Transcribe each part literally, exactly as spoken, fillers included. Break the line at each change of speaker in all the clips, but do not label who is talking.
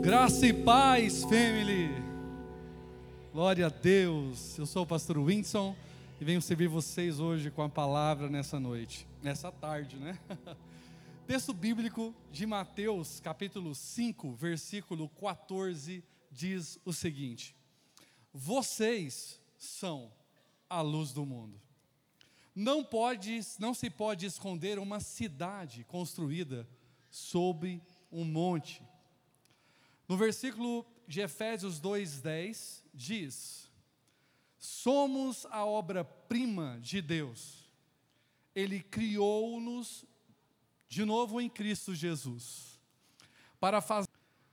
Graça e paz, family. Glória a Deus. Eu sou o pastor Winson e venho servir vocês hoje com a palavra nessa noite, nessa tarde, né? Texto bíblico de Mateus, capítulo cinco, versículo quatorze, diz o seguinte: vocês são a luz do mundo. Não pode, não se pode esconder uma cidade construída sobre um monte. No versículo de Efésios dois, dez, diz: somos a obra-prima de Deus. Ele criou-nos de novo em Cristo Jesus, para fazer.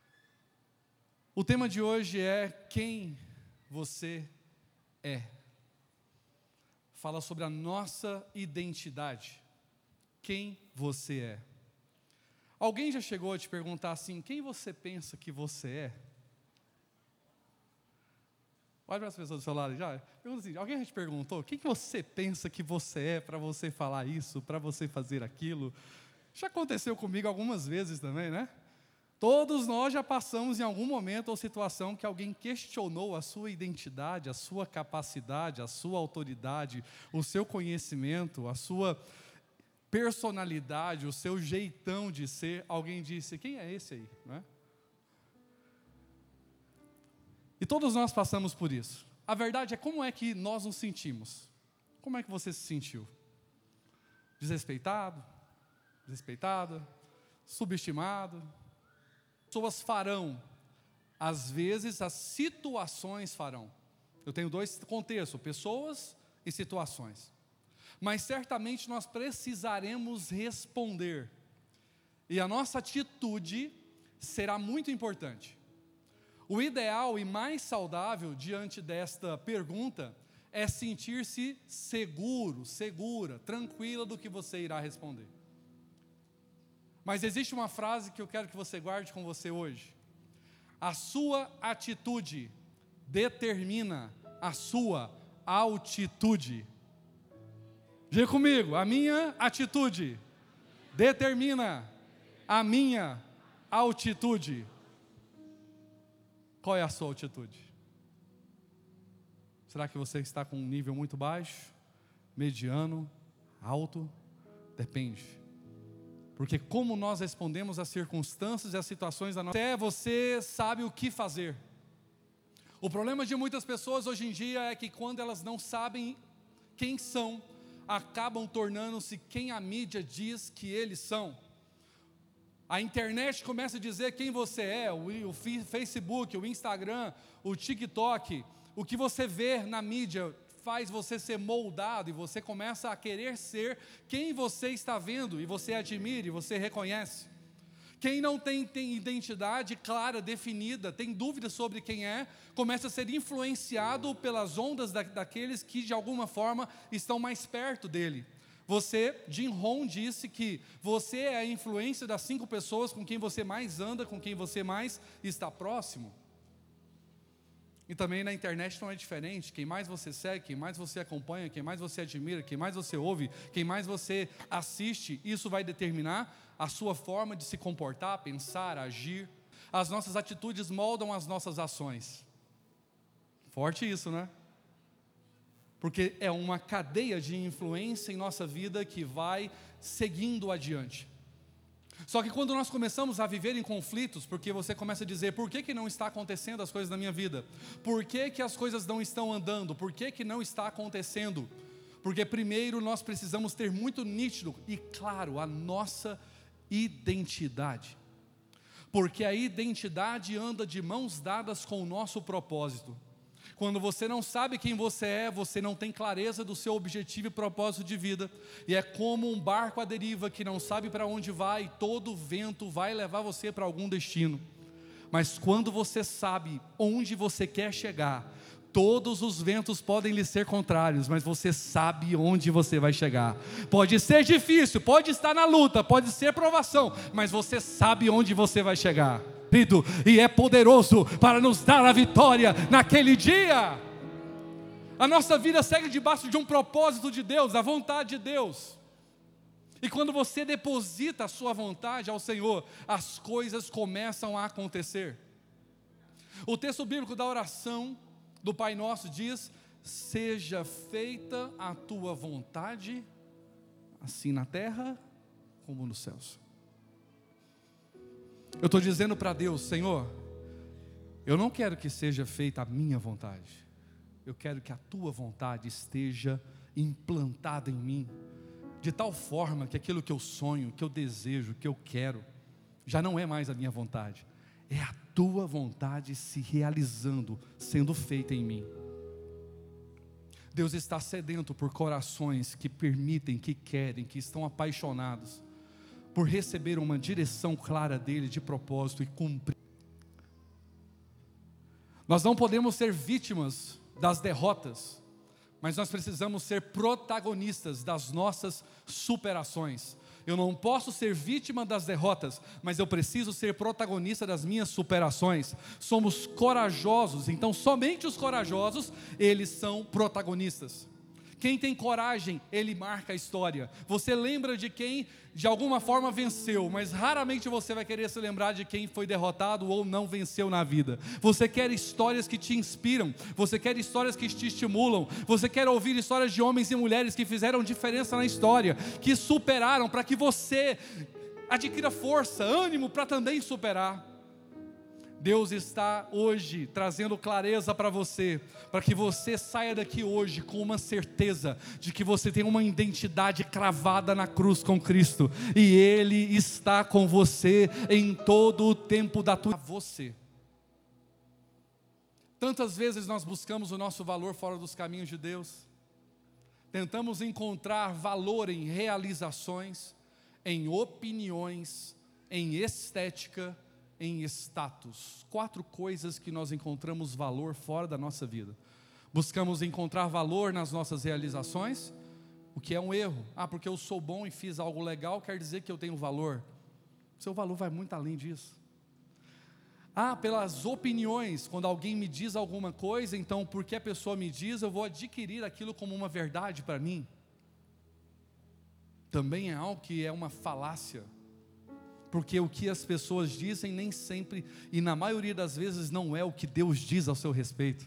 O tema de hoje é quem você é. Fala sobre a nossa identidade. Quem você é. Alguém já chegou a te perguntar assim: quem você pensa que você é? Olha para as pessoas do seu lado já. Pergunta assim: alguém já te perguntou quem que você pensa que você é para você falar isso, para você fazer aquilo? Já aconteceu comigo algumas vezes também, né? Todos nós já passamos em algum momento ou situação que alguém questionou a sua identidade, a sua capacidade, a sua autoridade, o seu conhecimento, a sua personalidade, o seu jeitão de ser. Alguém disse: quem é esse aí? Não é? E todos nós passamos por isso. A verdade é, como é que nós nos sentimos? Como é que você se sentiu? Desrespeitado? Desrespeitada? Subestimado? Pessoas farão, às vezes as situações farão. Eu tenho dois contextos: pessoas e situações. Mas certamente nós precisaremos responder, e a nossa atitude será muito importante. O ideal e mais saudável diante desta pergunta é sentir-se seguro, segura, tranquila do que você irá responder. Mas existe uma frase que eu quero que você guarde com você hoje: a sua atitude determina a sua altitude. Diga comigo: a minha atitude determina a minha altitude. Qual é a sua altitude? Será que você está com um nível muito baixo, mediano, alto? Depende. Porque como nós respondemos às circunstâncias e às situações da nossa vida, você sabe o que fazer. O problema de muitas pessoas hoje em dia é que quando elas não sabem quem são, acabam tornando-se quem a mídia diz que eles são. A internet começa a dizer quem você é, o, o Facebook, o Instagram, o TikTok, o que você vê na mídia faz você ser moldado, e você começa a querer ser quem você está vendo, e você admira, e você reconhece. Quem não tem, tem identidade clara, definida, tem dúvidas sobre quem é, começa a ser influenciado pelas ondas da, daqueles que de alguma forma estão mais perto dele. Você, Jim Rohn disse que você é a influência das cinco pessoas com quem você mais anda, com quem você mais está próximo. E também na internet não é diferente. Quem mais você segue, quem mais você acompanha, quem mais você admira, quem mais você ouve, quem mais você assiste, isso vai determinar a sua forma de se comportar, pensar, agir. As nossas atitudes moldam as nossas ações. Forte isso, né? Porque é uma cadeia de influência em nossa vida que vai seguindo adiante. Só que quando nós começamos a viver em conflitos, porque você começa a dizer: por que que não está acontecendo as coisas na minha vida? Por que que as coisas não estão andando? Por que que não está acontecendo? Porque primeiro nós precisamos ter muito nítido e claro a nossa identidade. Porque a identidade anda de mãos dadas com o nosso propósito. Quando você não sabe quem você é, você não tem clareza do seu objetivo e propósito de vida. E é como um barco à deriva que não sabe para onde vai, e todo vento vai levar você para algum destino. Mas quando você sabe onde você quer chegar, todos os ventos podem lhe ser contrários, mas você sabe onde você vai chegar. Pode ser difícil, pode estar na luta, pode ser provação, mas você sabe onde você vai chegar. E é poderoso para nos dar a vitória naquele dia. A nossa vida segue debaixo de um propósito de Deus, da vontade de Deus. E quando você deposita a sua vontade ao Senhor, as coisas começam a acontecer. O texto bíblico da oração do Pai Nosso diz: seja feita a tua vontade, assim na terra como nos céus. Eu estou dizendo para Deus: Senhor, eu não quero que seja feita a minha vontade, eu quero que a tua vontade esteja implantada em mim, de tal forma que aquilo que eu sonho, que eu desejo, que eu quero, já não é mais a minha vontade, é a tua vontade se realizando, sendo feita em mim. Deus está sedento por corações que permitem, que querem, que estão apaixonados por receber uma direção clara dele, de propósito, e cumprir. Nós não podemos ser vítimas das derrotas, mas nós precisamos ser protagonistas das nossas superações. Eu não posso ser vítima das derrotas, mas eu preciso ser protagonista das minhas superações. Somos corajosos, então somente os corajosos, eles são protagonistas. Quem tem coragem, ele marca a história. Você lembra de quem de alguma forma venceu, mas raramente você vai querer se lembrar de quem foi derrotado ou não venceu na vida. Você quer histórias que te inspiram, você quer histórias que te estimulam, você quer ouvir histórias de homens e mulheres que fizeram diferença na história, que superaram, para que você adquira força, ânimo para também superar. Deus está hoje trazendo clareza para você, para que você saia daqui hoje com uma certeza de que você tem uma identidade cravada na cruz com Cristo, e Ele está com você em todo o tempo da tua vida. Você. Tantas vezes nós buscamos o nosso valor fora dos caminhos de Deus, tentamos encontrar valor em realizações, em opiniões, em estética, em status. Quatro coisas que nós encontramos valor fora da nossa vida. Buscamos encontrar valor nas nossas realizações, o que é um erro. Ah, porque eu sou bom e fiz algo legal, quer dizer que eu tenho valor. Seu valor vai muito além disso. Ah, pelas opiniões, quando alguém me diz alguma coisa, então porque a pessoa me diz, eu vou adquirir aquilo como uma verdade para mim. Também é algo que é uma falácia. Porque o que as pessoas dizem nem sempre, e na maioria das vezes, não é o que Deus diz ao seu respeito.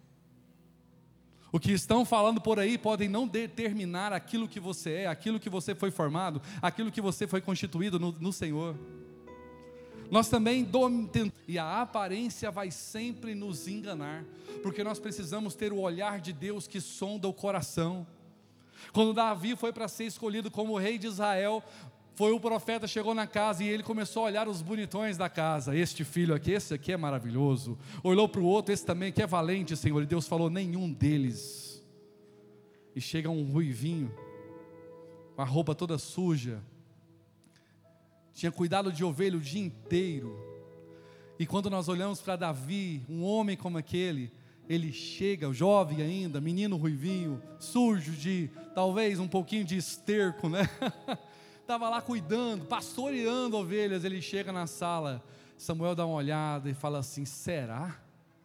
O que estão falando por aí podem não determinar aquilo que você é, aquilo que você foi formado, aquilo que você foi constituído no, no Senhor. Nós também, e a aparência vai sempre nos enganar, porque nós precisamos ter o olhar de Deus que sonda o coração. Quando Davi foi para ser escolhido como rei de Israel, foi o profeta, chegou na casa e ele começou a olhar os bonitões da casa. Este filho aqui, esse aqui é maravilhoso. Olhou para o outro, esse também que é valente, Senhor. E Deus falou: nenhum deles. E chega um ruivinho, com a roupa toda suja, tinha cuidado de ovelha o dia inteiro. E quando nós olhamos para Davi, um homem como aquele, ele chega, jovem ainda, menino ruivinho, sujo de talvez um pouquinho de esterco, né? Estava lá cuidando, pastoreando ovelhas. Ele chega na sala, Samuel dá uma olhada e fala assim: será?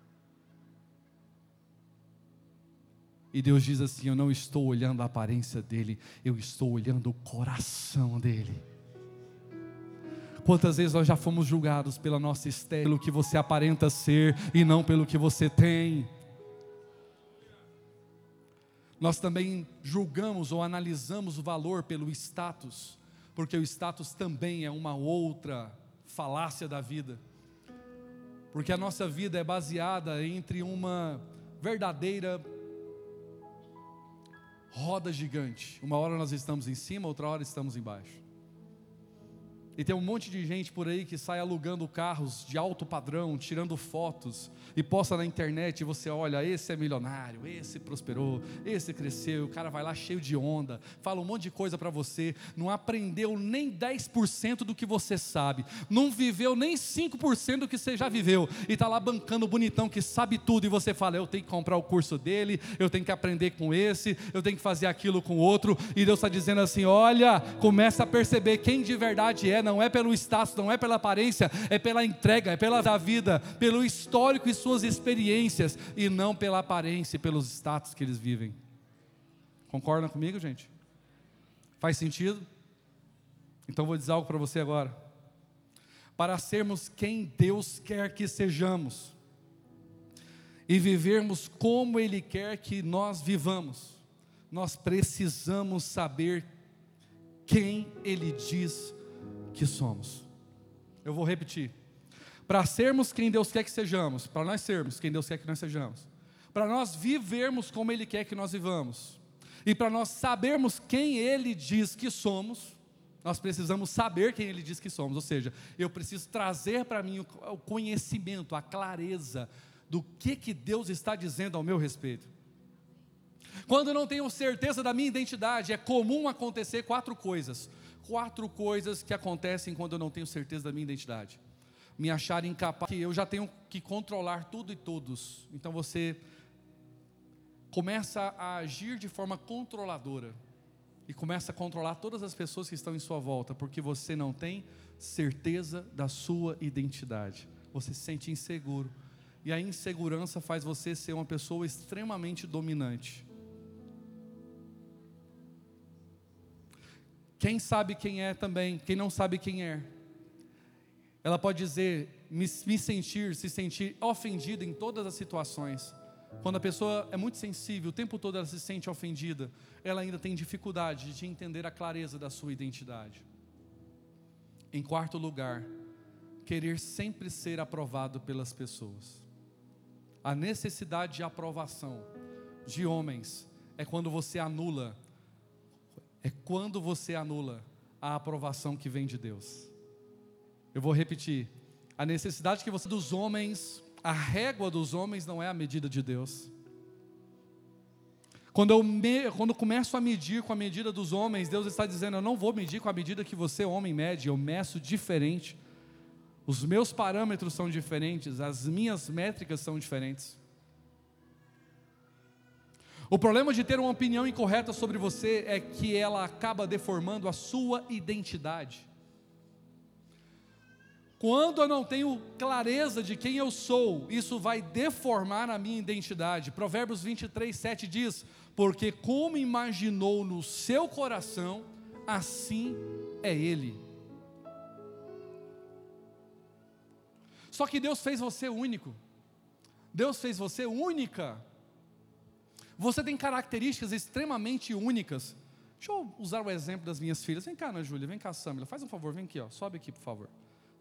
E Deus diz assim: eu não estou olhando a aparência dele, eu estou olhando o coração dele. Quantas vezes nós já fomos julgados pela nossa estética, pelo que você aparenta ser e não pelo que você tem. Nós também julgamos ou analisamos o valor pelo status, porque o status também é uma outra falácia da vida, porque a nossa vida é baseada entre uma verdadeira roda gigante. Uma hora nós estamos em cima, outra hora estamos embaixo. E tem um monte de gente por aí que sai alugando carros de alto padrão, tirando fotos e posta na internet, e você olha: esse é milionário, esse prosperou, esse cresceu. O cara vai lá cheio de onda, fala um monte de coisa para você, não aprendeu nem dez por cento do que você sabe, não viveu nem cinco por cento do que você já viveu, e está lá bancando o bonitão que sabe tudo, e você fala: eu tenho que comprar o curso dele, eu tenho que aprender com esse, eu tenho que fazer aquilo com o outro. E Deus está dizendo assim: olha, começa a perceber quem de verdade é. Não é pelo status, não é pela aparência, é pela entrega, é pela da vida, pelo histórico e suas experiências, e não pela aparência e pelos status que eles vivem. Concordam comigo, gente? Faz sentido? Então vou dizer algo para você agora. Para sermos quem Deus quer que sejamos, e vivermos como Ele quer que nós vivamos, nós precisamos saber quem Ele diz que somos. Eu vou repetir. Para sermos quem Deus quer que sejamos, para nós sermos quem Deus quer que nós sejamos, para nós vivermos como Ele quer que nós vivamos, e para nós sabermos quem Ele diz que somos, nós precisamos saber quem Ele diz que somos. Ou seja, eu preciso trazer para mim o conhecimento, a clareza do que, que Deus está dizendo ao meu respeito. Quando eu não tenho certeza da minha identidade, é comum acontecer quatro coisas. Quatro coisas que acontecem quando eu não tenho certeza da minha identidade. Me achar incapaz, que eu já tenho que controlar tudo e todos. Então você começa a agir de forma controladora. E começa a controlar todas as pessoas que estão em sua volta, porque você não tem certeza da sua identidade. Você se sente inseguro. E a insegurança faz você ser uma pessoa extremamente dominante. Quem sabe quem é também, quem não sabe quem é, ela pode dizer, me, me sentir, se sentir ofendida em todas as situações. Quando a pessoa é muito sensível, o tempo todo ela se sente ofendida, ela ainda tem dificuldade de entender a clareza da sua identidade. Em quarto lugar, querer sempre ser aprovado pelas pessoas. A necessidade de aprovação de homens é quando você anula, é quando você anula a aprovação que vem de Deus. Eu vou repetir, a necessidade que você dos homens, a régua dos homens não é a medida de Deus. Quando eu, me, quando eu começo a medir com a medida dos homens, Deus está dizendo, eu não vou medir com a medida que você, homem, mede, eu meço diferente. Os meus parâmetros são diferentes, as minhas métricas são diferentes. O problema de ter uma opinião incorreta sobre você é que ela acaba deformando a sua identidade. Quando eu não tenho clareza de quem eu sou, isso vai deformar a minha identidade. Provérbios vinte e três, sete diz, porque como imaginou no seu coração, assim é Ele. Só que Deus fez você único. Deus fez você única. Você tem características extremamente únicas. Deixa eu usar o exemplo das minhas filhas. Vem cá, Ana Júlia, vem cá, Samila, faz um favor, vem aqui, ó, sobe aqui, por favor.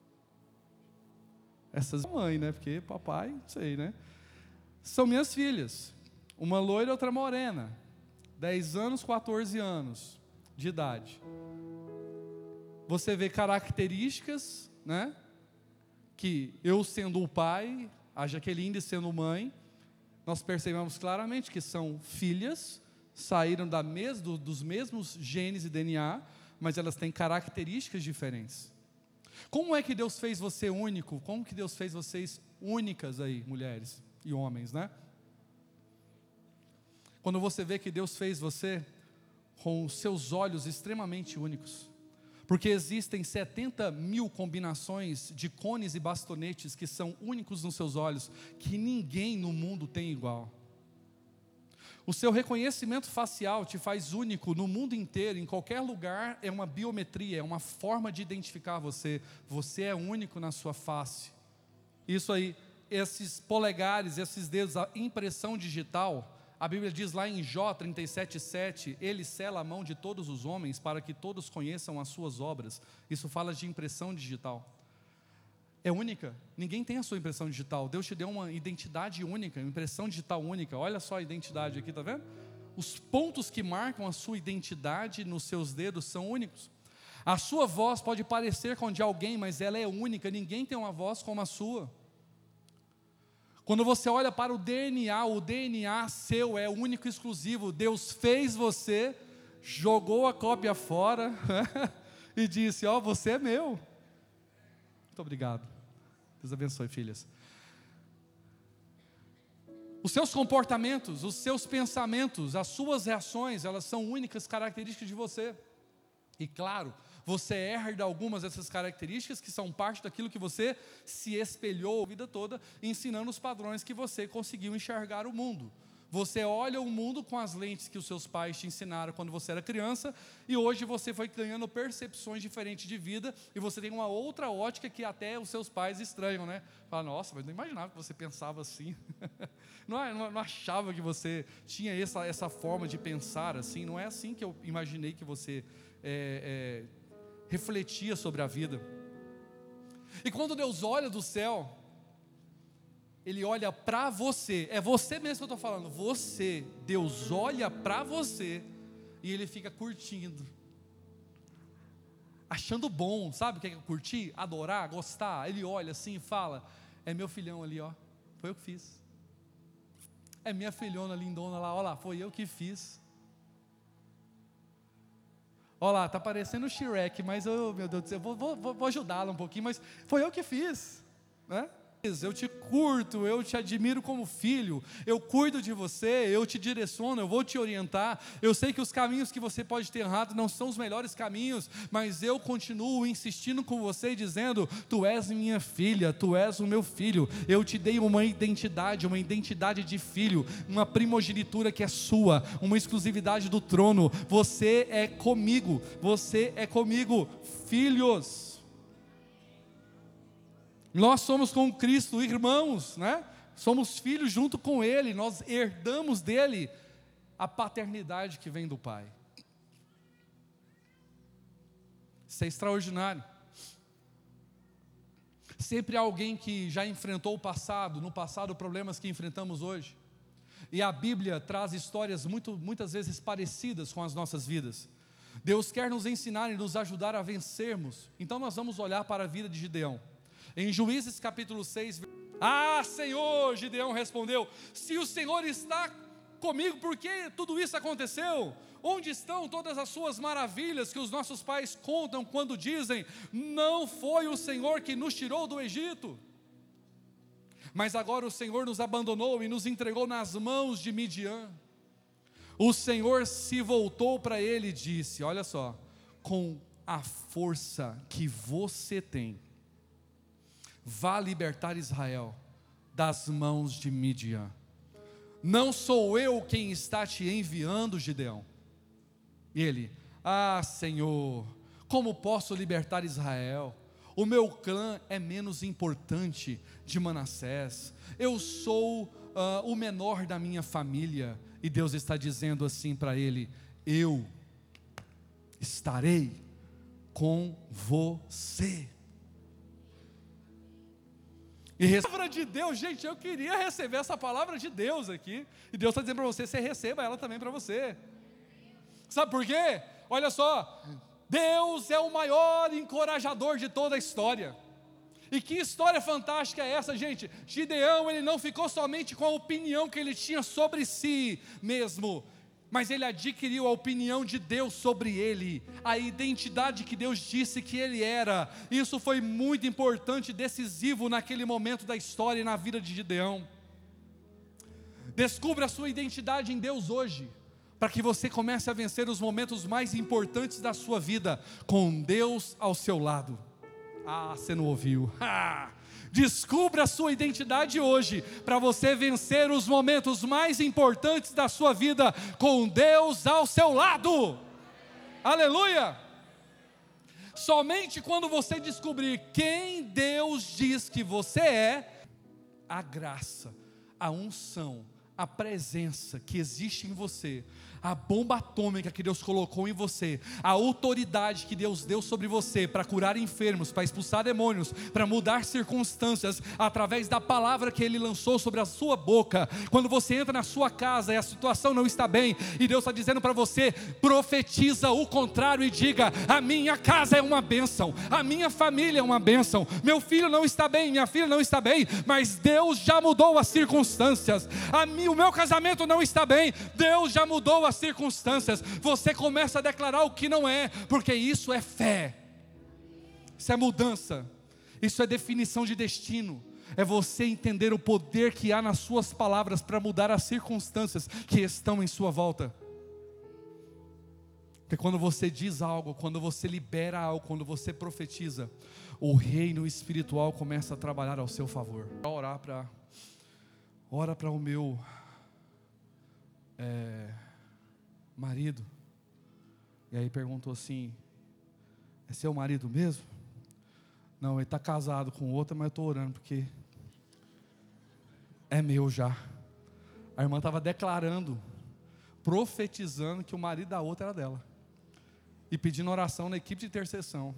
Essas mãe, né? Porque papai, não sei, né? São minhas filhas. Uma loira e outra morena. dez anos, quatorze anos de idade. Você vê características, né? Que eu sendo o pai, a Jaqueline sendo mãe, nós percebemos claramente que são filhas, saíram da mes, do, dos mesmos genes e D N A, mas elas têm características diferentes. Como é que Deus fez você único? Como que Deus fez vocês únicas aí, mulheres e homens, né? Quando você vê que Deus fez você com os seus olhos extremamente únicos. Porque existem setenta mil combinações de cones e bastonetes que são únicos nos seus olhos, que ninguém no mundo tem igual. O seu reconhecimento facial te faz único no mundo inteiro, em qualquer lugar, é uma biometria, é uma forma de identificar você. Você é único na sua face. Isso aí, esses polegares, esses dedos, a impressão digital, a Bíblia diz lá em Jó trinta e sete, sete, Ele sela a mão de todos os homens para que todos conheçam as suas obras. Isso fala de impressão digital. É única, ninguém tem a sua impressão digital. Deus te deu uma identidade única, impressão digital única. Olha só a identidade aqui, tá vendo? Os pontos que marcam a sua identidade nos seus dedos são únicos. A sua voz pode parecer com a de alguém, mas ela é única. Ninguém tem uma voz como a sua. Quando você olha para o D N A, o D N A seu é único e exclusivo. Deus fez você, jogou a cópia fora e disse, ó, você é meu. Muito obrigado. Deus abençoe, filhas. Os seus comportamentos, os seus pensamentos, as suas reações, elas são únicas características de você. E claro, você herda algumas dessas características que são parte daquilo que você se espelhou a vida toda, ensinando os padrões que você conseguiu enxergar o mundo. Você olha o mundo com as lentes que os seus pais te ensinaram quando você era criança, e hoje você foi ganhando percepções diferentes de vida, e você tem uma outra ótica que até os seus pais estranham, né? Fala, nossa, mas não imaginava que você pensava assim. não, não, não achava que você tinha essa, essa forma de pensar assim. Não é assim que eu imaginei que você é, é, refletia sobre a vida. E quando Deus olha do céu, Ele olha para você, é você mesmo que eu estou falando, você, Deus olha para você, e Ele fica curtindo, achando bom, sabe o que é curtir? Adorar, gostar. Ele olha assim e fala, é meu filhão ali, ó, foi eu que fiz, é minha filhona lindona lá, olha lá, foi eu que fiz, olha lá, está parecendo o Shrek, mas eu, meu Deus do céu, eu vou, vou, vou ajudá-la um pouquinho, mas foi eu que fiz, né? Eu te curto, eu te admiro como filho, eu cuido de você, eu te direciono, eu vou te orientar. Eu sei que os caminhos que você pode ter errado não são os melhores caminhos, mas eu continuo insistindo com você, dizendo, tu és minha filha, tu és o meu filho. Eu te dei uma identidade, uma identidade de filho, uma primogenitura que é sua, uma exclusividade do trono. Você é comigo, você é comigo, filhos. Nós somos com Cristo irmãos, né? Somos filhos junto com Ele, nós herdamos dele a paternidade que vem do Pai. Isso é extraordinário. Sempre há alguém que já enfrentou o passado, no passado problemas que enfrentamos hoje. E a Bíblia traz histórias muito, muitas vezes parecidas com as nossas vidas. Deus quer nos ensinar e nos ajudar a vencermos. Então nós vamos olhar para a vida de Gideão. Em Juízes capítulo seis, ah Senhor, Gideão respondeu, se o Senhor está comigo, por que tudo isso aconteceu? Onde estão todas as suas maravilhas que os nossos pais contam quando dizem, não foi o Senhor que nos tirou do Egito? Mas agora o Senhor nos abandonou e nos entregou nas mãos de Midian. O Senhor se voltou para ele e disse, olha só, com a força que você tem, vá libertar Israel das mãos de Midian. Não sou eu quem está te enviando, Gideão. E ele, ah Senhor, como posso libertar Israel? O meu clã é menos importante de Manassés, eu sou uh, o menor da minha família. E Deus está dizendo assim para ele, eu estarei com você. E a palavra de Deus, gente, eu queria receber essa palavra de Deus aqui. E Deus está dizendo para você, você receba ela também para você. Sabe por quê? Olha só, Deus é o maior encorajador de toda a história. E que história fantástica é essa, gente? Gideão, ele não ficou somente com a opinião que ele tinha sobre si mesmo, mas ele adquiriu a opinião de Deus sobre ele, a identidade que Deus disse que ele era. Isso foi muito importante e decisivo naquele momento da história e na vida de Gideão. Descubra a sua identidade em Deus hoje, para que você comece a vencer os momentos mais importantes da sua vida, com Deus ao seu lado. Ah, você não ouviu. Ah! Descubra a sua identidade hoje, para você vencer os momentos mais importantes da sua vida, com Deus ao seu lado. Aleluia! Somente quando você descobrir quem Deus diz que você é, a graça, a unção, a presença que existe em você, a bomba atômica que Deus colocou em você, a autoridade que Deus deu sobre você para curar enfermos, para expulsar demônios, para mudar circunstâncias, através da palavra que Ele lançou sobre a sua boca. Quando você entra na sua casa e a situação não está bem, e Deus está dizendo para você, profetiza o contrário e diga, a minha casa é uma bênção, a minha família é uma bênção, meu filho não está bem, minha filha não está bem, mas Deus já mudou as circunstâncias, a mim, o meu casamento não está bem, Deus já mudou as circunstâncias. Você começa a declarar o que não é, porque isso é fé, isso é mudança, isso é definição de destino, é você entender o poder que há nas suas palavras para mudar as circunstâncias que estão em sua volta. Porque quando você diz algo, quando você libera algo, quando você profetiza, o reino espiritual começa a trabalhar ao seu favor. Orar para ora para o meu é, marido. E aí perguntou assim, é seu marido mesmo? Não, ele está casado com outra, mas eu estou orando porque é meu já. A irmã estava declarando, profetizando que o marido da outra era dela. E pedindo oração na equipe de intercessão.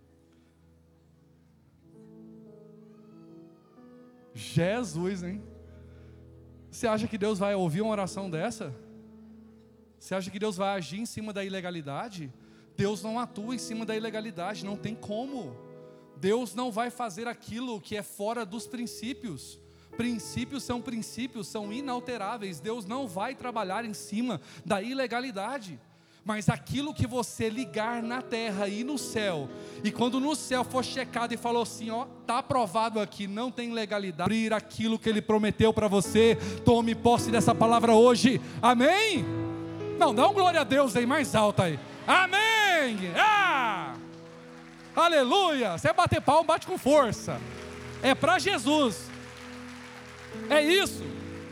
Jesus, hein? Você acha que Deus vai ouvir uma oração dessa? Você acha que Deus vai agir em cima da ilegalidade? Deus não atua em cima da ilegalidade, não tem como. Deus não vai fazer aquilo que é fora dos princípios. Princípios são princípios, são inalteráveis. Deus não vai trabalhar em cima da ilegalidade. Mas aquilo que você ligar na terra e no céu, e quando no céu for checado e falou assim, ó, está aprovado aqui, não tem legalidade, abrir aquilo que Ele prometeu para você, tome posse dessa palavra hoje, amém? Não, dá um glória a Deus aí, mais alto aí, amém, ah, aleluia, você bater palma, bate com força, é para Jesus, é isso.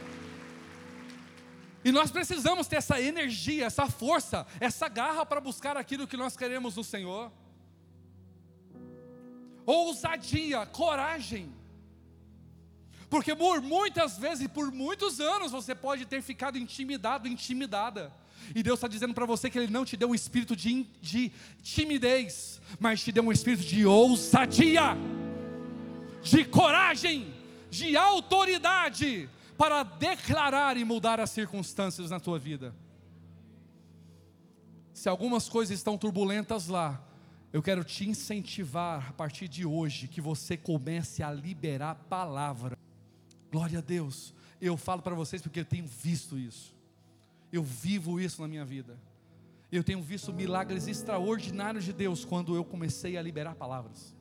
E nós precisamos ter essa energia, essa força, essa garra para buscar aquilo que nós queremos no Senhor. Ousadia, coragem. Porque por muitas vezes, por muitos anos, você pode ter ficado intimidado, intimidada. E Deus está dizendo para você que Ele não te deu um espírito de, de timidez, mas te deu um espírito de ousadia, de coragem, de autoridade, para declarar e mudar as circunstâncias na tua vida. Se algumas coisas estão turbulentas lá, eu quero te incentivar a partir de hoje, que você comece a liberar palavra. Glória a Deus. Eu falo para vocês porque eu tenho visto isso. Eu vivo isso na minha vida. Eu tenho visto milagres extraordinários de Deus quando eu comecei a liberar palavras.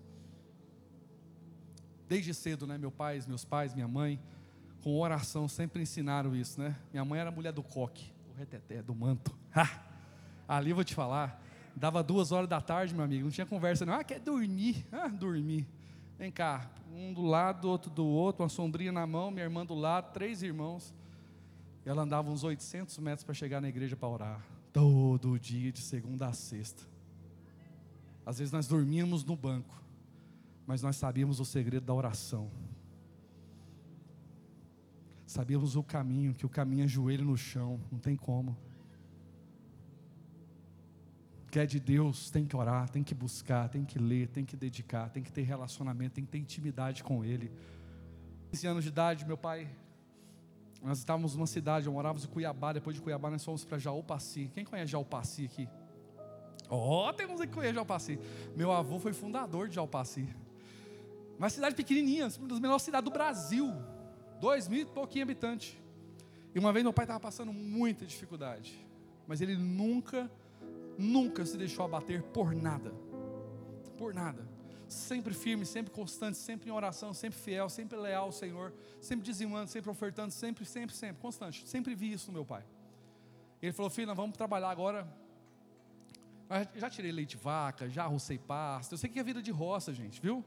Desde cedo, né? Meu pai, meus pais, minha mãe, com oração, sempre ensinaram isso, né? Minha mãe era mulher do coque, do reteté, do manto. Ha! Ali eu vou te falar, dava duas horas da tarde, meu amigo, não tinha conversa não. Ah, quer dormir? Ah, dormir. Vem cá, um do lado, outro do outro, uma sombrinha na mão, minha irmã do lado, três irmãos. E ela andava uns oitocentos metros para chegar na igreja para orar. Todo dia, de segunda a sexta. Às vezes nós dormíamos no banco, mas nós sabíamos o segredo da oração. Sabíamos o caminho, que o caminho é joelho no chão, não tem como. Quer de Deus, tem que orar, tem que buscar, tem que ler, tem que dedicar, tem que ter relacionamento, tem que ter intimidade com Ele. quinze anos de idade, meu pai, nós estávamos numa cidade, eu morávamos em Cuiabá, depois de Cuiabá nós fomos para Jaú-Paci. Quem conhece Jaú-Paci aqui? Ó, oh, temos que conhecer Jaú-Paci. Meu avô foi fundador de Jaú-Paci. Uma cidade pequenininha, uma das melhores cidades do Brasil. Dois mil e pouquinho habitantes. E uma vez meu pai estava passando muita dificuldade, mas ele nunca, nunca se deixou abater por nada. Por nada. Sempre firme, sempre constante, sempre em oração, sempre fiel, sempre leal ao Senhor, sempre dizimando, sempre ofertando, sempre, sempre, sempre, constante. Sempre vi isso no meu pai. Ele falou, filho, nós vamos trabalhar agora. Eu já tirei leite de vaca, já arrocei pasto. Eu sei que é vida de roça, gente, viu?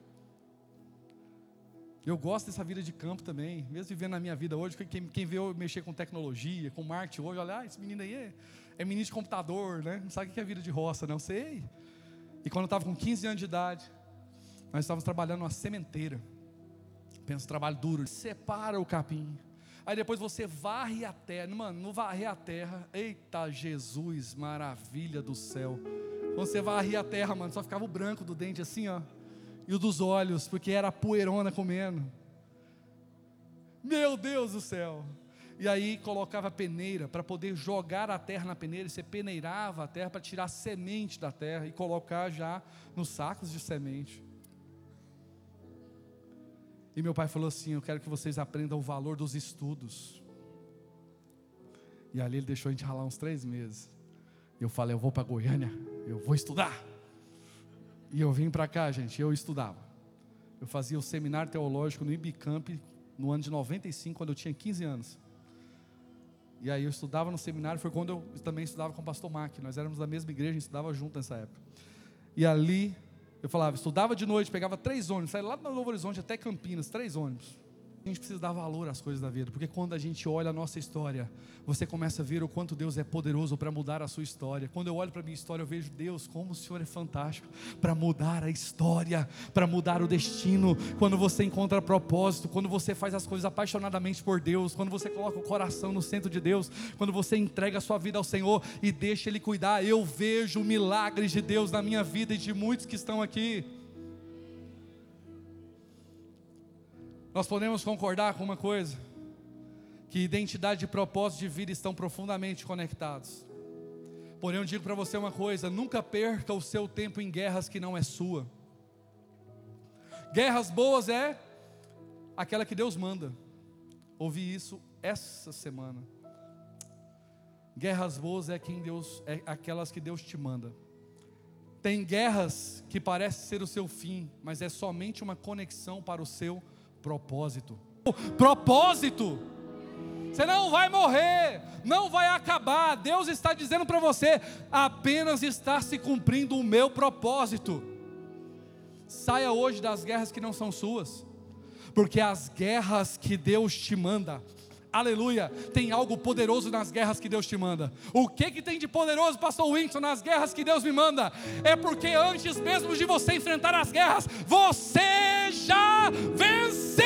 Eu gosto dessa vida de campo também, mesmo vivendo na minha vida hoje. Quem, quem vê eu mexer com tecnologia, com marketing hoje, olha, ah, esse menino aí é, é menino de computador, né? Não sabe o que é vida de roça, não sei. E quando eu estava com quinze anos de idade, nós estávamos trabalhando numa sementeira. Pensa, trabalho duro, separa o capim. Aí depois você varre a terra, mano, não varrer a terra, eita Jesus, maravilha do céu. Quando você varria a terra, mano, só ficava o branco do dente assim, ó. E o dos olhos, porque era a poeirona comendo. Meu Deus do céu. E aí colocava peneira, para poder jogar a terra na peneira. E você peneirava a terra para tirar a semente da terra e colocar já nos sacos de semente. E meu pai falou assim, eu quero que vocês aprendam o valor dos estudos. E ali ele deixou a gente ralar uns três meses. Eu falei, eu vou para Goiânia, eu vou estudar. E eu vim para cá, gente, eu estudava. Eu fazia o seminário teológico no Ibicamp, no ano de noventa e cinco, quando eu tinha quinze anos. E aí eu estudava no seminário, foi quando eu também estudava com o pastor Mac. Nós éramos da mesma igreja, a gente estudava junto nessa época. E ali, eu falava, estudava de noite, pegava três ônibus, saía lá do Novo Horizonte até Campinas, três ônibus. A gente precisa dar valor às coisas da vida, porque quando a gente olha a nossa história, você começa a ver o quanto Deus é poderoso para mudar a sua história. Quando eu olho para a minha história, eu vejo Deus, como o Senhor é fantástico para mudar a história, para mudar o destino. Quando você encontra propósito, quando você faz as coisas apaixonadamente por Deus, quando você coloca o coração no centro de Deus, quando você entrega a sua vida ao Senhor e deixa Ele cuidar, eu vejo milagres de Deus na minha vida e de muitos que estão aqui. Nós podemos concordar com uma coisa, que identidade e propósito de vida estão profundamente conectados. Porém eu digo para você uma coisa: nunca perca o seu tempo em guerras que não é sua. Guerras boas é aquela que Deus manda. Ouvi isso essa semana. Guerras boas é quem Deus, é aquelas que Deus te manda. Tem guerras que parecem ser o seu fim, mas é somente uma conexão para o seu propósito. Propósito. Você não vai morrer, não vai acabar. Deus está dizendo para você: apenas está se cumprindo o meu propósito. Saia hoje das guerras que não são suas, porque as guerras que Deus te manda, aleluia, tem algo poderoso nas guerras que Deus te manda. O que que tem de poderoso, pastor Winston, nas guerras que Deus me manda? É porque antes mesmo de você enfrentar as guerras, você já venceu.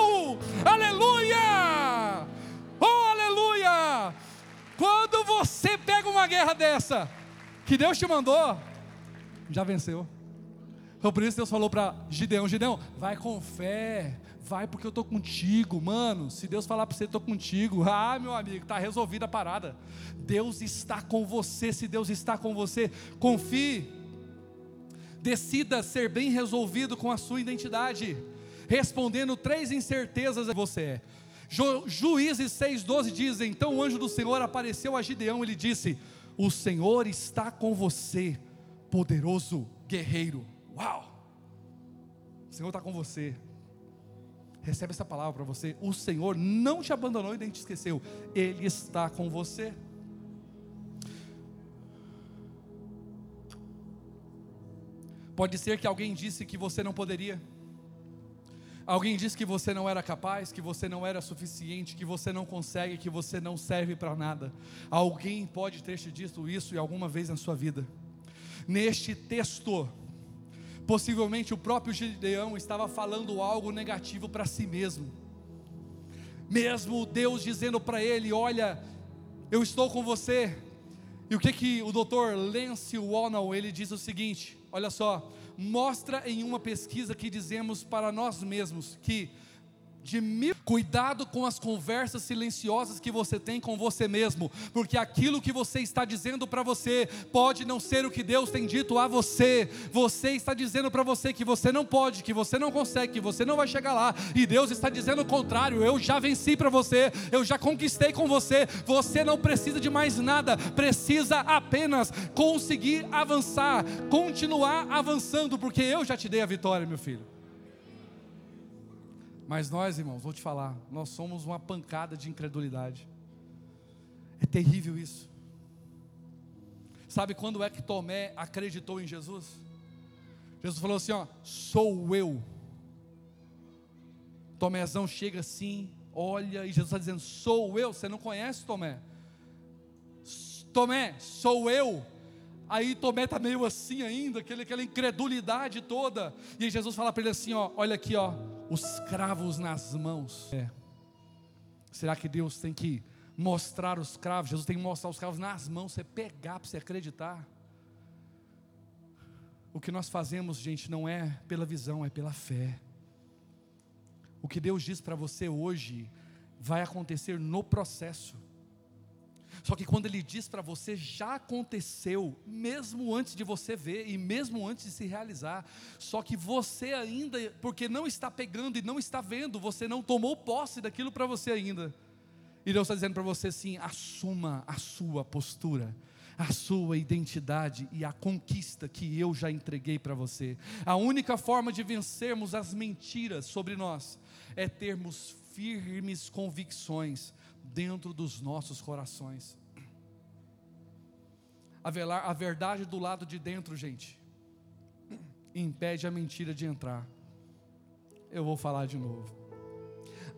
Aleluia! Oh, aleluia! Quando você pega uma guerra dessa, que Deus te mandou, já venceu. Então por isso Deus falou para Gideão: Gideão, vai com fé, vai porque eu estou contigo, mano. Se Deus falar para você, estou contigo, ah, meu amigo, está resolvida a parada. Deus está com você. Se Deus está com você, confie. Decida ser bem resolvido com a sua identidade, respondendo três incertezas que você é. Ju, Juízes seis, doze diz: então o anjo do Senhor apareceu a Gideão e lhe disse: o Senhor está com você, poderoso guerreiro. Uau! O Senhor está com você. Recebe essa palavra para você: o Senhor não te abandonou e nem te esqueceu, Ele está com você. Pode ser que alguém disse que você não poderia, alguém disse que você não era capaz, que você não era suficiente, que você não consegue, que você não serve para nada. Alguém pode ter te dito isso em alguma vez na sua vida. Neste texto, possivelmente o próprio Gideão estava falando algo negativo para si mesmo, mesmo Deus dizendo para ele: olha, eu estou com você. E o que que o doutor Lance Wallnau, ele diz o seguinte: olha só, mostra em uma pesquisa que dizemos para nós mesmos que de mil... cuidado com as conversas silenciosas que você tem com você mesmo, porque aquilo que você está dizendo para você pode não ser o que Deus tem dito a você. Você está dizendo para você que você não pode, que você não consegue, que você não vai chegar lá, e Deus está dizendo o contrário: eu já venci para você, eu já conquistei com você. Você não precisa de mais nada, precisa apenas conseguir avançar, continuar avançando, porque eu já te dei a vitória, meu filho. Mas nós, irmãos, vou te falar, nós somos uma pancada de incredulidade. É terrível isso. Sabe quando é que Tomé acreditou em Jesus? Jesus falou assim: ó, sou eu. Tomézão chega assim, olha, e Jesus está dizendo: sou eu. Você não conhece Tomé? Tomé, sou eu. Aí Tomé está meio assim ainda, aquele, aquela incredulidade toda. E aí Jesus fala para ele assim: ó, olha aqui, ó, os cravos nas mãos. É. Será que Deus tem que mostrar os cravos? Jesus tem que mostrar os cravos nas mãos, você pegar para você acreditar. O que nós fazemos, gente, não é pela visão, é pela fé. O que Deus diz para você hoje vai acontecer no processo. Só que quando Ele diz para você, já aconteceu, mesmo antes de você ver e mesmo antes de se realizar. Só que você ainda, porque não está pegando e não está vendo, você não tomou posse daquilo para você ainda. E Deus está dizendo para você assim: assuma a sua postura, a sua identidade e a conquista que eu já entreguei para você. A única forma de vencermos as mentiras sobre nós é termos firmes convicções dentro dos nossos corações. A, velar, a verdade do lado de dentro, gente, impede a mentira de entrar. Eu vou falar de novo.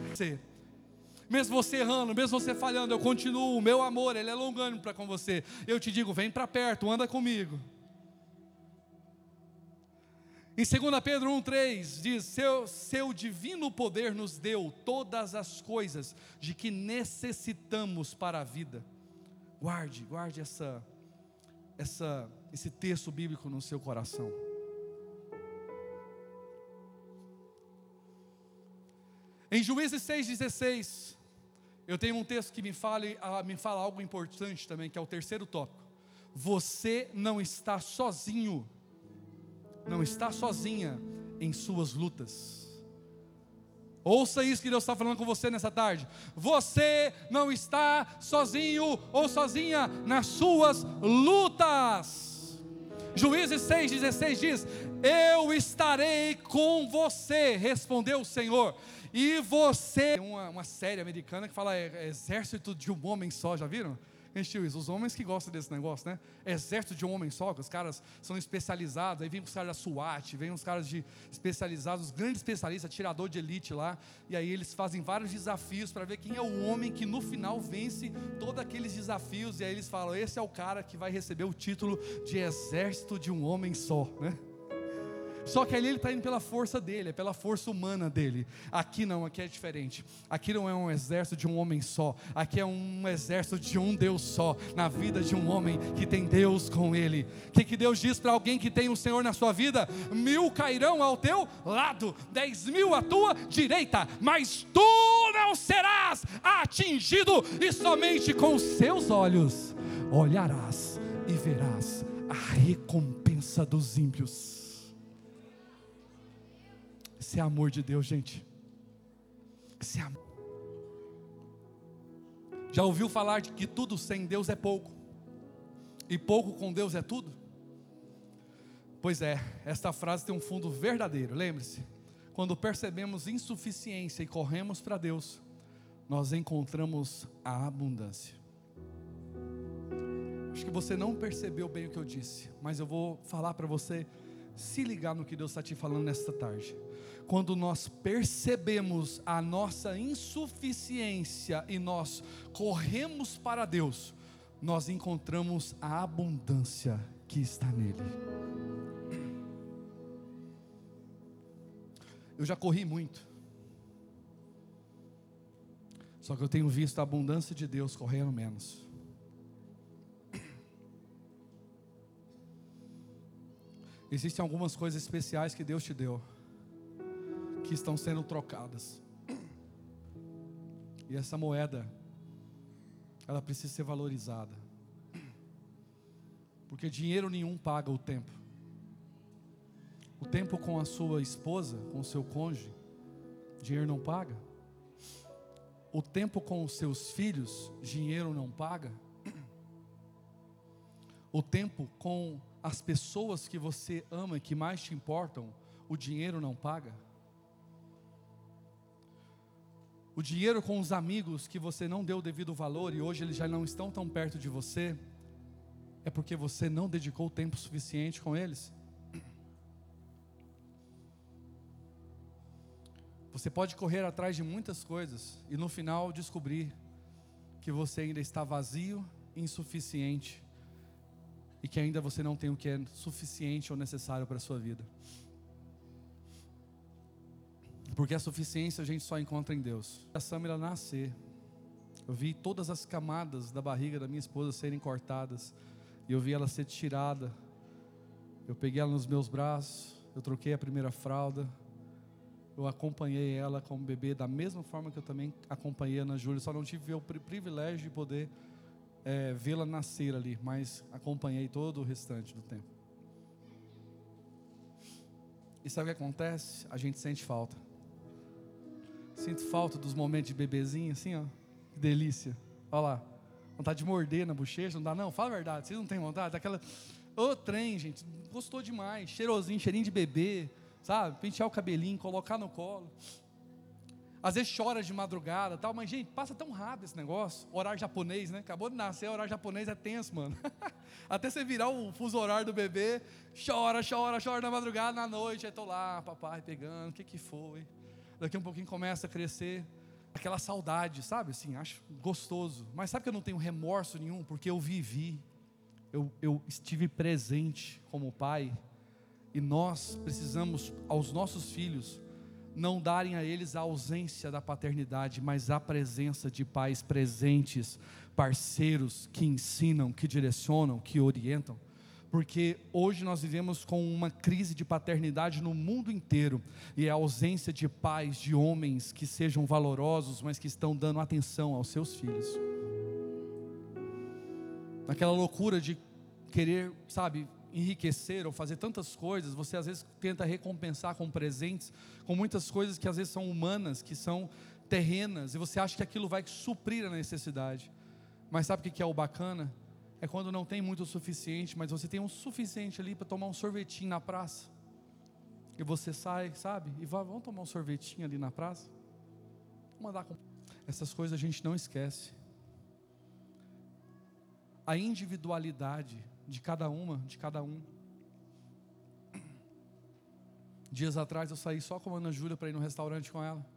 você. Mesmo você errando, mesmo você falhando, eu continuo, o meu amor, Ele é longânimo para com você. Eu te digo, vem para perto, anda comigo. Em dois Pedro um, três, diz, seu, seu divino poder nos deu todas as coisas de que necessitamos para a vida. Guarde, guarde essa, essa, esse texto bíblico no seu coração. Em Juízes seis, dezesseis, eu tenho um texto que me fala, me fala algo importante também, que é o terceiro tópico. Você não está sozinho, não está sozinha em suas lutas. Ouça isso que Deus está falando com você nessa tarde. Você não está sozinho ou sozinha nas suas lutas. Juízes seis, dezesseis diz, eu estarei com você, respondeu o Senhor. E você, uma, uma série americana que fala é, é exército de um homem só, já viram? Assistiu isso? Os homens que gostam desse negócio, né? Exército de um homem só, que os caras são especializados, aí vem os caras da SWAT, vem os caras de especializados, os grandes especialistas, atirador de elite lá, e aí eles fazem vários desafios para ver quem é o homem que no final vence todos aqueles desafios, e aí eles falam, esse é o cara que vai receber o título de exército de um homem só, né? Só que ali ele está indo pela força dele, é pela força humana dele. Aqui não, aqui é diferente. Aqui não é um exército de um homem só. Aqui é um exército de um Deus só, na vida de um homem que tem Deus com ele. O que, que Deus diz para alguém que tem o Senhor na sua vida? Mil cairão ao teu lado, dez mil à tua direita, mas tu não serás atingido, e somente com os seus olhos olharás e verás a recompensa dos ímpios. Esse é amor de Deus, gente. Esse é amor. Já ouviu falar de que tudo sem Deus é pouco, e pouco com Deus é tudo? Pois é, esta frase tem um fundo verdadeiro. Lembre-se, quando percebemos insuficiência e corremos para Deus, nós encontramos a abundância. Acho que você não percebeu bem o que eu disse, mas eu vou falar para você se ligar no que Deus está te falando nesta tarde. Quando nós percebemos a nossa insuficiência e nós corremos para Deus, nós encontramos a abundância que está nele. Eu já corri muito, só que eu tenho visto a abundância de Deus correndo menos. Existem algumas coisas especiais que Deus te deu, que estão sendo trocadas, e essa moeda, ela precisa ser valorizada, porque dinheiro nenhum paga o tempo. O tempo com a sua esposa, com o seu cônjuge, dinheiro não paga. O tempo com os seus filhos, dinheiro não paga. O tempo com as pessoas que você ama e que mais te importam, o dinheiro não paga. O dinheiro com os amigos que você não deu o devido valor e hoje eles já não estão tão perto de você, é porque você não dedicou tempo suficiente com eles. Você pode correr atrás de muitas coisas e no final descobrir que você ainda está vazio, insuficiente, e que ainda você não tem o que é suficiente ou necessário para a sua vida. Porque a suficiência a gente só encontra em Deus. A Samira nascer, eu vi todas as camadas da barriga da minha esposa serem cortadas, e eu vi ela ser tirada. Eu peguei ela nos meus braços, eu troquei a primeira fralda, eu acompanhei ela como bebê, da mesma forma que eu também acompanhei a Ana Júlia, só não tive o privilégio de poder é, vê-la nascer ali, mas acompanhei todo o restante do tempo. E sabe o que acontece? A gente sente falta. Sinto falta dos momentos de bebezinho, assim, ó, que delícia. Olha lá, vontade de morder na bochecha, não dá não? Fala a verdade, vocês não têm vontade? Daquela, ô trem, gente, gostou demais, cheirosinho, cheirinho de bebê, sabe? Pentear o cabelinho, colocar no colo. Às vezes chora de madrugada, tal, mas gente, passa tão rápido esse negócio. Horário japonês, né? Acabou de nascer, horário japonês é tenso, mano. Até você virar o fuso horário do bebê, chora, chora, chora na madrugada, na noite, aí tô lá, papai pegando, o que que foi? Daqui um pouquinho começa a crescer, aquela saudade, sabe, assim, acho gostoso, mas sabe que eu não tenho remorso nenhum, porque eu vivi, eu, eu estive presente como pai, e nós precisamos, aos nossos filhos, não darem a eles a ausência da paternidade, mas a presença de pais presentes, parceiros, que ensinam, que direcionam, que orientam, porque hoje nós vivemos com uma crise de paternidade no mundo inteiro, e a ausência de pais, de homens que sejam valorosos, mas que estão dando atenção aos seus filhos, naquela loucura de querer, sabe, enriquecer ou fazer tantas coisas, você às vezes tenta recompensar com presentes, com muitas coisas que às vezes são humanas, que são terrenas, e você acha que aquilo vai suprir a necessidade, mas sabe o que é o bacana? É quando não tem muito o suficiente, mas você tem um suficiente ali para tomar um sorvetinho na praça, e você sai, sabe, e vai, vamos tomar um sorvetinho ali na praça, vamos mandar com... Essas coisas a gente não esquece, a individualidade de cada uma, de cada um. Dias atrás eu saí só com a Ana Júlia para ir no restaurante com ela.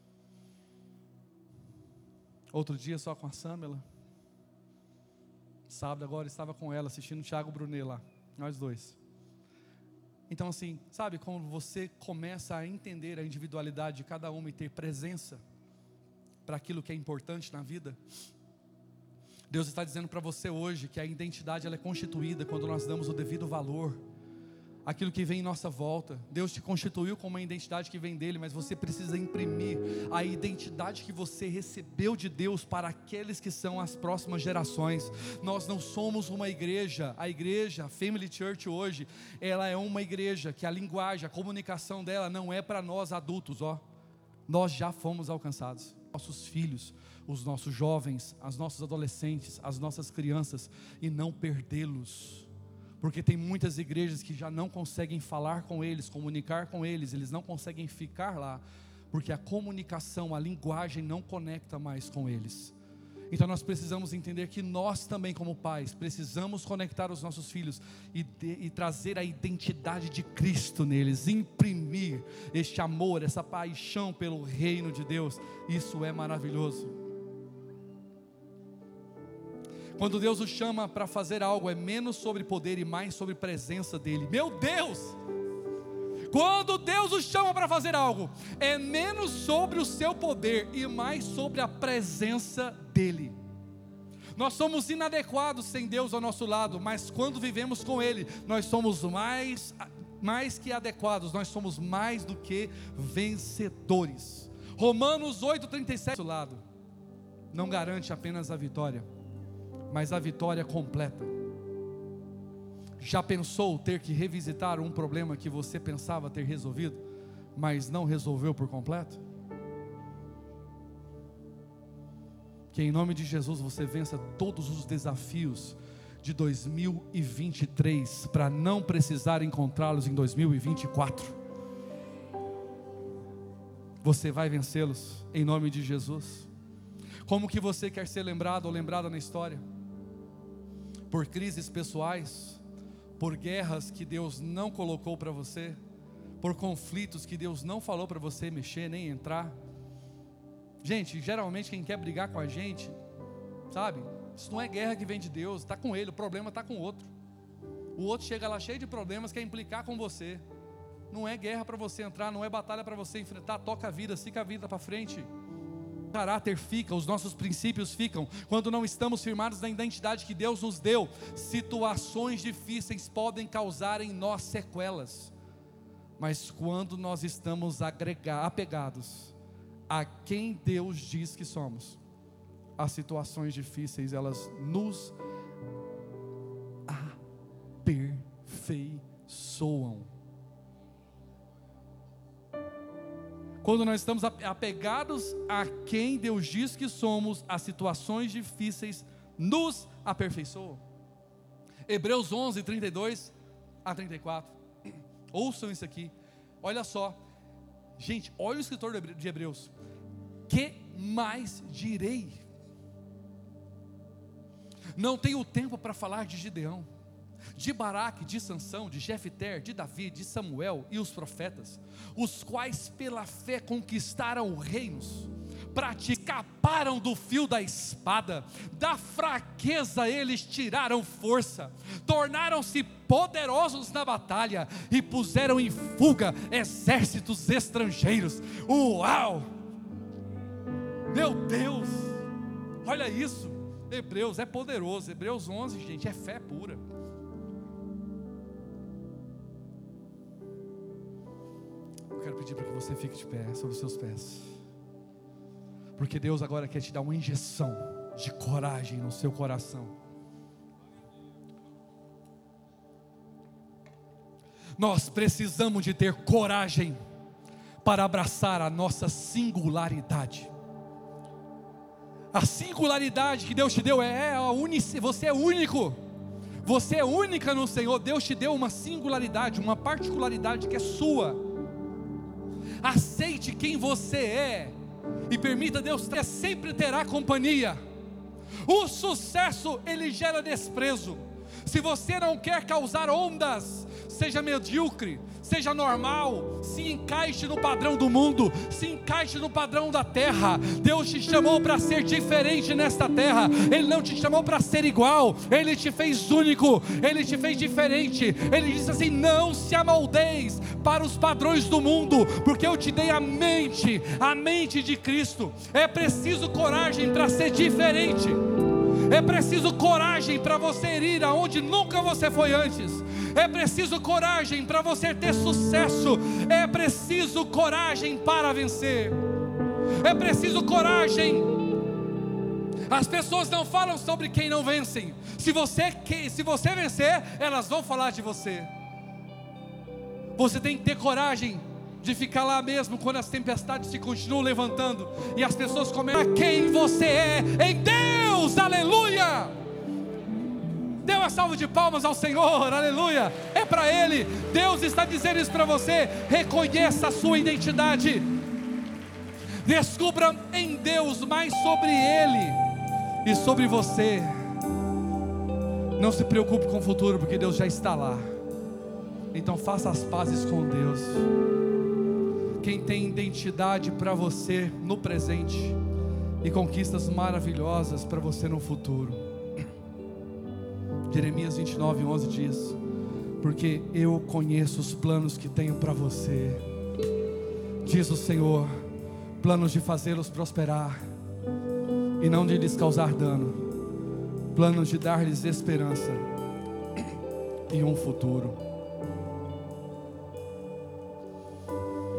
Outro dia só com a Samela. Sábado agora estava com ela assistindo o Thiago Brunet lá, nós dois. Então assim, sabe como você começa a entender a individualidade de cada uma e ter presença para aquilo que é importante na vida? Deus está dizendo para você hoje que a identidade ela é constituída quando nós damos o devido valor àquilo que vem em nossa volta. Deus te constituiu com uma identidade que vem dele, mas você precisa imprimir a identidade que você recebeu de Deus para aqueles que são as próximas gerações. Nós não somos uma igreja, a igreja, a Family Church hoje, ela é uma igreja que a linguagem, a comunicação dela não é para nós adultos, ó. Nós já fomos alcançados. Nossos filhos, os nossos jovens, as nossas adolescentes, as nossas crianças, e não perdê-los, porque tem muitas igrejas que já não conseguem falar com eles, comunicar com eles, eles não conseguem ficar lá, porque a comunicação, a linguagem não conecta mais com eles. Então nós precisamos entender que nós também como pais, precisamos conectar os nossos filhos e, de, e trazer a identidade de Cristo neles, imprimir este amor, essa paixão pelo reino de Deus. Isso é maravilhoso. Quando Deus o chama para fazer algo, é menos sobre poder e mais sobre presença dEle. Meu Deus! Quando Deus o chama para fazer algo, é menos sobre o seu poder e mais sobre a presença dEle. Nós somos inadequados sem Deus ao nosso lado, mas quando vivemos com Ele, nós somos mais, mais que adequados, nós somos mais do que vencedores. Romanos oito, trinta e sete, do lado, não garante apenas a vitória, mas a vitória completa. Já pensou ter que revisitar um problema que você pensava ter resolvido, mas não resolveu por completo? Que em nome de Jesus você vença todos os desafios de dois mil e vinte e três, para não precisar encontrá-los em dois mil e vinte e quatro. Você vai vencê-los em nome de Jesus. Como que você quer ser lembrado ou lembrada na história? Por crises pessoais? Por guerras que Deus não colocou para você, por conflitos que Deus não falou para você mexer, nem entrar. Gente, geralmente quem quer brigar com a gente, sabe, isso não é guerra que vem de Deus, está com ele, o problema está com o outro. O outro chega lá cheio de problemas, quer implicar com você. Não é guerra para você entrar, não é batalha para você enfrentar, toca a vida, fica a vida para frente. O caráter fica, os nossos princípios ficam, quando não estamos firmados na identidade que Deus nos deu. Situações difíceis podem causar em nós sequelas, mas quando nós estamos agregar, apegados a quem Deus diz que somos, as situações difíceis, elas nos aperfeiçoam. Quando nós estamos apegados a quem Deus diz que somos, as situações difíceis nos aperfeiçoam. Hebreus onze, trinta e dois a trinta e quatro. Ouçam isso aqui. Olha só. Gente, olha o escritor de Hebreus. Que mais direi? Não tenho tempo para falar de Gideão, de Baraque, de Sansão, de Jefter, de Davi, de Samuel e os profetas, os quais pela fé conquistaram reinos, escaparam do fio da espada, da fraqueza eles tiraram força, tornaram-se poderosos na batalha e puseram em fuga exércitos estrangeiros. Uau! Meu Deus, olha isso. Hebreus é poderoso. Hebreus onze, gente, é fé pura. Eu quero pedir para que você fique de pé, sobre os seus pés, porque Deus agora quer te dar uma injeção de coragem no seu coração. Nós precisamos de ter coragem para abraçar a nossa singularidade. A singularidade que Deus te deu é a unicidade. Você é único, você é única no Senhor. Deus te deu uma singularidade, uma particularidade que é sua. Aceite quem você é e permita Deus ter, sempre terá companhia. O sucesso, ele gera desprezo. Se você não quer causar ondas, seja medíocre, seja normal, se encaixe no padrão do mundo, se encaixe no padrão da terra. Deus te chamou para ser diferente nesta terra. Ele não te chamou para ser igual, Ele te fez único, Ele te fez diferente. Ele disse assim: não se amoldeis para os padrões do mundo, porque eu te dei a mente, a mente de Cristo. É preciso coragem para ser diferente. É preciso coragem para você ir aonde nunca você foi antes. É preciso coragem para você ter sucesso. É preciso coragem para vencer. É preciso coragem. As pessoas não falam sobre quem não vencem. Se você, se você vencer, elas vão falar de você. Você tem que ter coragem de ficar lá mesmo quando as tempestades se continuam levantando e as pessoas começam a quem você é em Deus. Aleluia! Dê uma salva de palmas ao Senhor. Aleluia! É para Ele. Deus está dizendo isso para você. Reconheça a sua identidade. Descubra em Deus mais sobre Ele e sobre você. Não se preocupe com o futuro, porque Deus já está lá. Então faça as pazes com Deus. Quem tem identidade para você no presente e conquistas maravilhosas para você no futuro. Jeremias vinte e nove, onze diz: porque eu conheço os planos que tenho para você, diz o Senhor, planos de fazê-los prosperar e não de lhes causar dano, planos de dar-lhes esperança e um futuro.